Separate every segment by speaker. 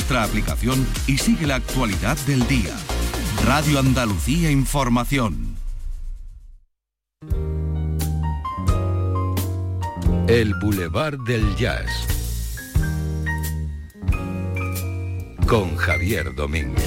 Speaker 1: nuestra aplicación y sigue la actualidad del día. Radio Andalucía Información.
Speaker 2: El Boulevard del Jazz con Javier Domínguez.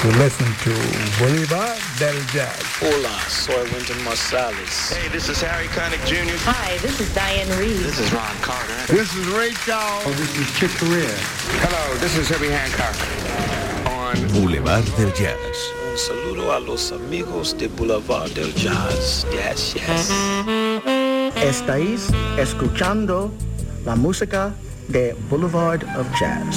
Speaker 3: You listen to Boulevard del Jazz.
Speaker 4: Hola, soy Wynton Marsalis.
Speaker 5: Hey, this is Harry Connick Jr.
Speaker 6: Hi, this is Diane Reed.
Speaker 5: This is Ron Carter.
Speaker 3: This is Ray Charles.
Speaker 7: Oh, this is Chick Corea.
Speaker 4: Hello, this is Herbie Hancock. On
Speaker 1: Boulevard del Jazz.
Speaker 4: un saludo a los amigos de Boulevard del Jazz. Yes, yes.
Speaker 8: Estáis escuchando la música de Boulevard of Jazz.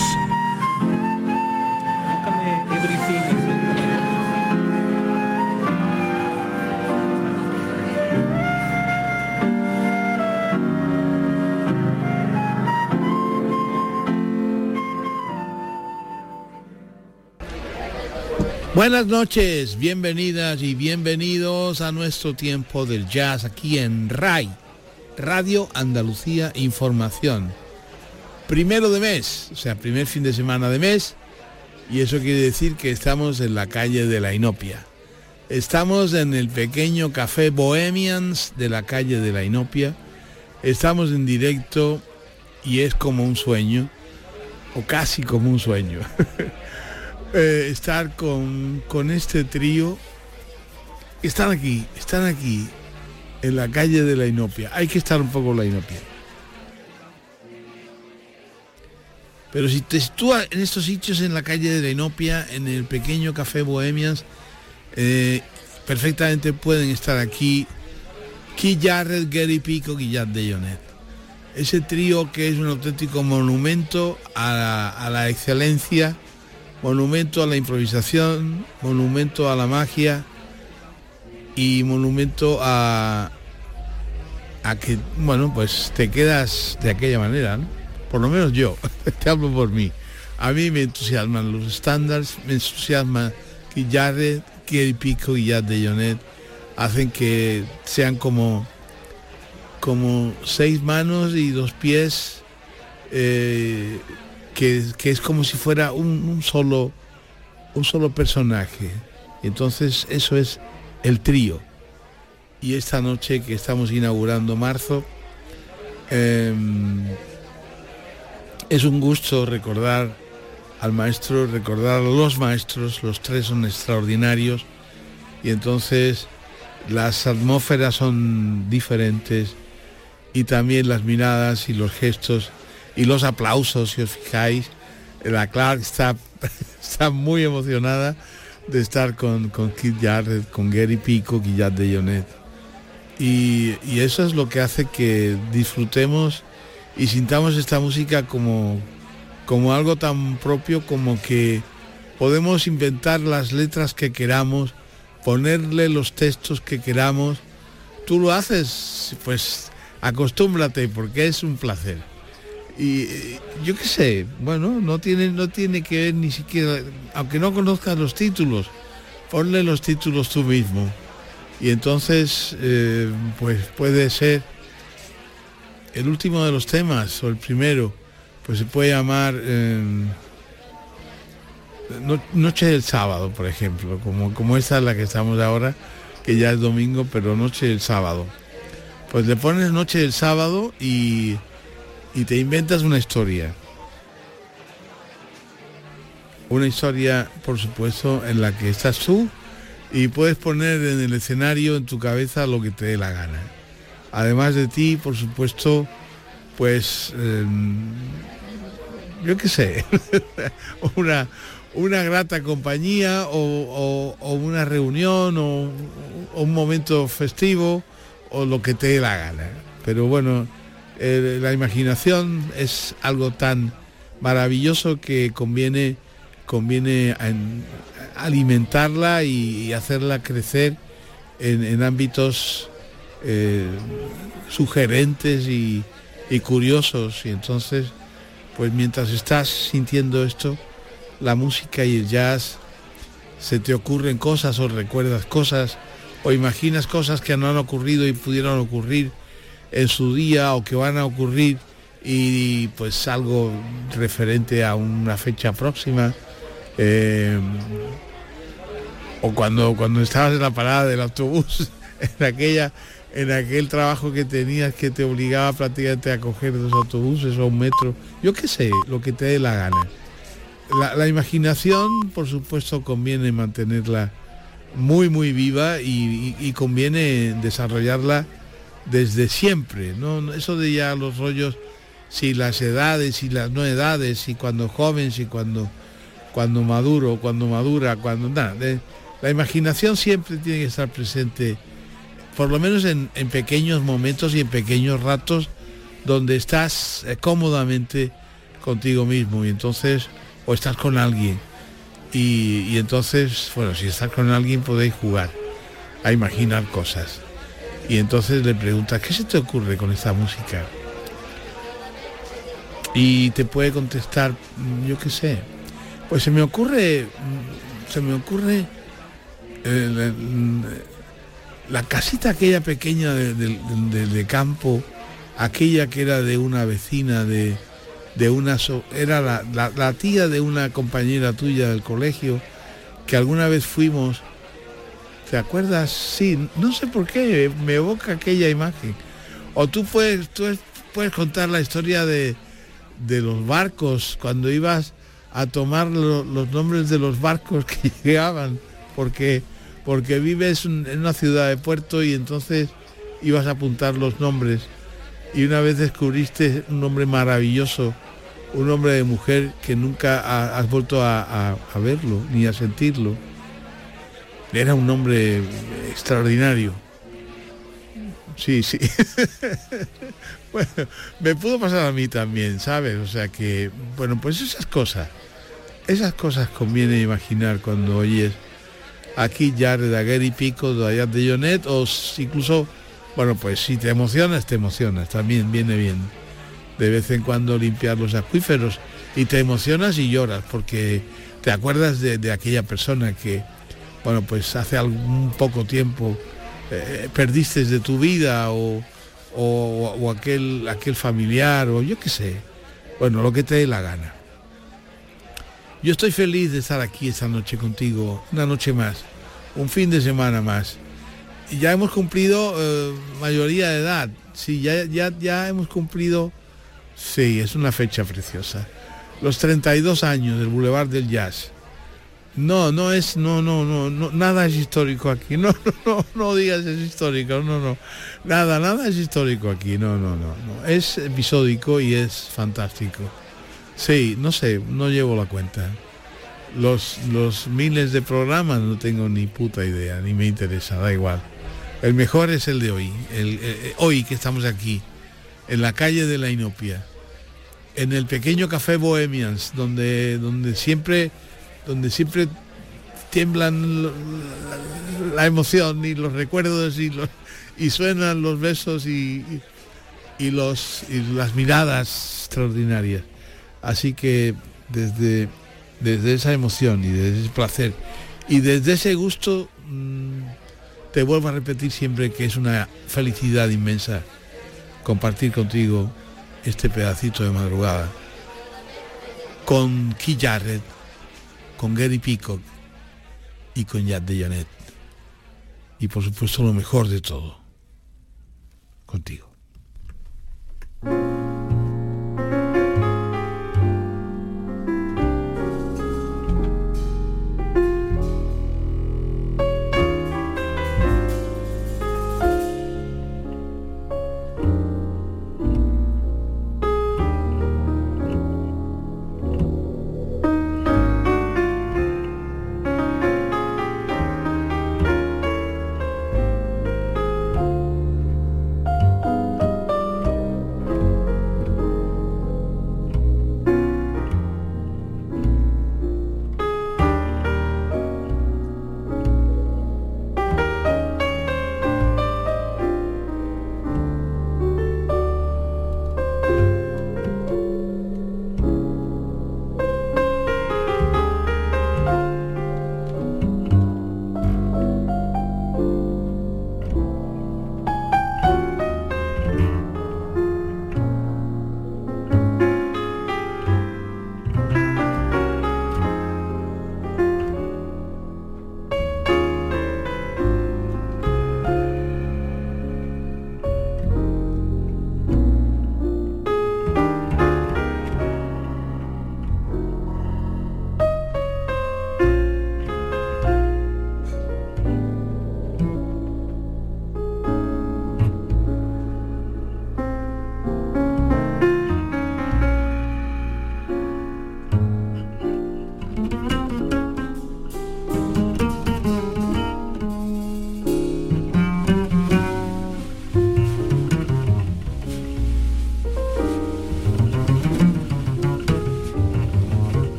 Speaker 9: Buenas noches, bienvenidas y bienvenidos a nuestro tiempo del jazz aquí en RAI, Radio Andalucía Información. Primero de mes, o sea, primer fin de semana de mes, y eso quiere decir que estamos en la calle de la Inopia. Estamos en el pequeño café Bohemians de la calle de la Inopia. Estamos en directo y es como un sueño, o casi como un sueño. Estar con este trío. Están aquí en la calle de la Inopia. Hay que estar un poco en la Inopia, pero si te sitúas en estos sitios, en la calle de la Inopia, en el pequeño café Bohemians, perfectamente pueden estar aquí Keith Jarrett, Gary Peacock y Jack DeJohnette, ese trío que es un auténtico monumento a la excelencia, monumento a la improvisación, monumento a la magia y monumento a que, bueno, pues te quedas de aquella manera, ¿no? Por lo menos yo, te hablo por mí. A mí me entusiasman los estándares, me entusiasma que Jarrett, Gary Peacock y Jack DeJohnette hacen que sean como 6 manos y 2 pies, que es como si fuera un solo personaje. Entonces eso es el trío. Y esta noche que estamos inaugurando marzo, es un gusto recordar al maestro, recordar a los maestros. Los 3 son extraordinarios y entonces las atmósferas son diferentes, y también las miradas y los gestos y los aplausos. Si os fijáis, la Clark está muy emocionada de estar con Keith Jarrett, con Gary Peacock y Jack DeJohnette. Y eso es lo que hace que disfrutemos y sintamos esta música como algo tan propio, como que podemos inventar las letras que queramos, ponerle los textos que queramos. Tú lo haces, pues acostúmbrate, porque es un placer. Y yo qué sé, bueno, no tiene que ver ni siquiera, aunque no conozcas los títulos, ponle los títulos tú mismo. Y entonces, pues puede ser el último de los temas o el primero, pues se puede llamar Noche del Sábado, por ejemplo, como esta es la que estamos ahora, que ya es domingo, pero Noche del Sábado. Pues le pones Noche del Sábado y te inventas una historia. Una historia, por supuesto, en la que estás tú, y puedes poner en el escenario, en tu cabeza, lo que te dé la gana. Además de ti, por supuesto, pues, yo qué sé, una grata compañía o una reunión o un momento festivo o lo que te dé la gana. Pero bueno, la imaginación es algo tan maravilloso que conviene alimentarla y hacerla crecer en ámbitos sugerentes y curiosos. Y entonces, pues mientras estás sintiendo esto, la música y el jazz, se te ocurren cosas o recuerdas cosas o imaginas cosas que no han ocurrido y pudieron ocurrir en su día o que van a ocurrir, y pues algo referente a una fecha próxima, o cuando estabas en la parada del autobús, en aquel trabajo que tenías que te obligaba prácticamente a coger 2 autobuses o un metro, yo qué sé, lo que te dé la gana. La imaginación, por supuesto, conviene mantenerla muy, muy viva y conviene desarrollarla desde siempre, ¿no? Eso de ya los rollos, si las edades y las no edades, si cuando joven, si cuando maduro, cuando madura, cuando nada. La imaginación siempre tiene que estar presente, por lo menos en pequeños momentos y en pequeños ratos donde estás cómodamente contigo mismo, y entonces, o estás con alguien, y entonces, bueno, si estás con alguien podéis jugar a imaginar cosas, y entonces le preguntas, ¿qué se te ocurre con esta música? Y te puede contestar, yo qué sé, pues se me ocurre la casita aquella pequeña de campo, aquella que era de una vecina, era la tía de una compañera tuya del colegio, que alguna vez fuimos, ¿te acuerdas? Sí, no sé por qué me evoca aquella imagen. O tú puedes contar la historia de los barcos, cuando ibas a tomar los nombres de los barcos que llegaban, porque vives en una ciudad de puerto, y entonces ibas a apuntar los nombres, y una vez descubriste un nombre maravilloso, un nombre de mujer que nunca has vuelto a verlo ni a sentirlo. Era un nombre extraordinario. Sí. Bueno, me pudo pasar a mí también, ¿sabes? O sea que, bueno, pues esas cosas conviene imaginar cuando oyes aquí Jared a Gary Pico, de Jonet, o incluso, bueno, pues si te emocionas, también viene bien de vez en cuando limpiar los acuíferos, y te emocionas y lloras porque te acuerdas de aquella persona que, bueno, pues hace algún poco tiempo perdiste de tu vida, o aquel familiar, o yo qué sé, bueno, lo que te dé la gana. Yo estoy feliz de estar aquí esta noche contigo, una noche más, un fin de semana más. Y ya hemos cumplido mayoría de edad, sí, ya hemos cumplido, sí, es una fecha preciosa, los 32 años del Boulevard del Jazz. No, nada es histórico aquí, no digas es histórico, nada es histórico aquí, no, es episódico y es fantástico. Sí, no sé, no llevo la cuenta. Los miles de programas no tengo ni puta idea, ni me interesa, da igual. El mejor es el de hoy, hoy que estamos aquí, en la calle de la Inopia, en el pequeño café Bohemians, donde siempre tiemblan la emoción y los recuerdos y suenan los besos y las miradas extraordinarias. Así que desde esa emoción y desde ese placer y desde ese gusto, te vuelvo a repetir siempre que es una felicidad inmensa compartir contigo este pedacito de madrugada con Keith Jarrett, con Gary Peacock y con Jack DeJohnette, y por supuesto lo mejor de todo, contigo.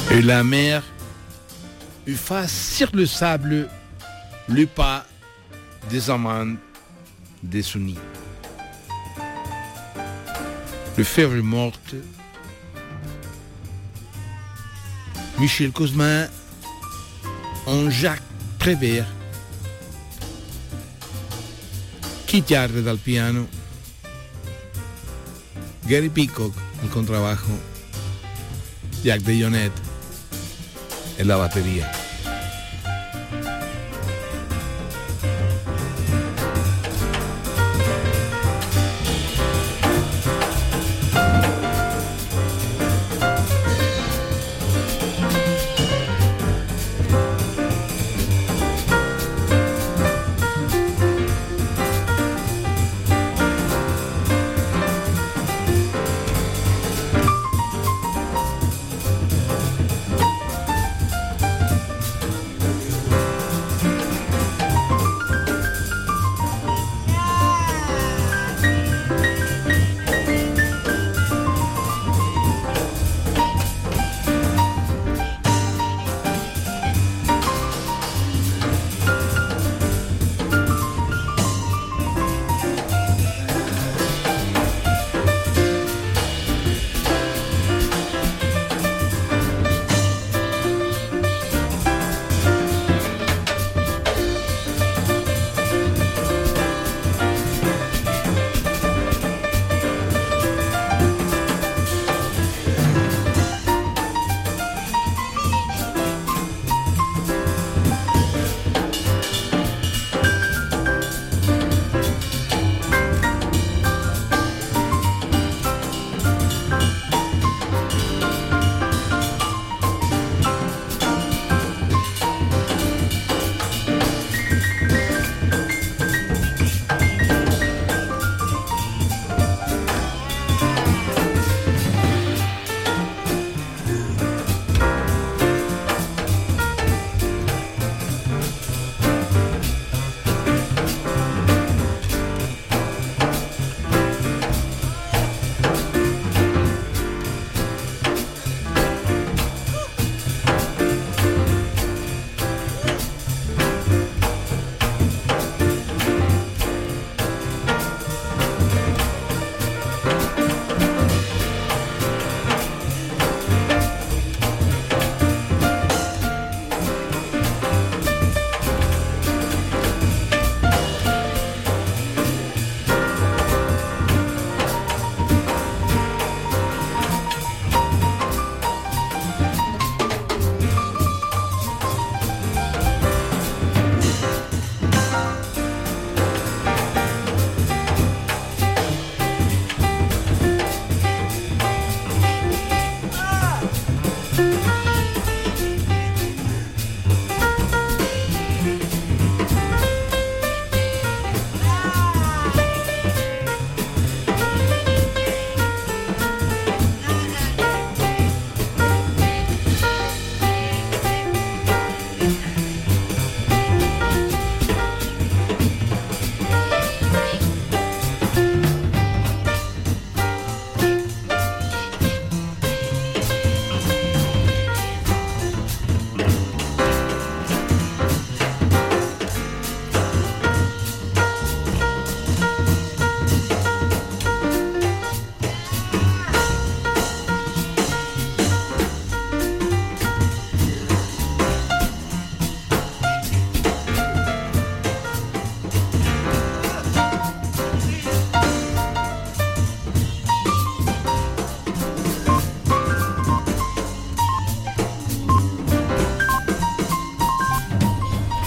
Speaker 9: Et la mer efface sur le sable le pas des amants de son nid. Le fèvre morte, Michel Cosma, en Jacques Prévert, chitarre dal piano, Gary Peacock al contrabajo, Jack DeJohnette en la batería.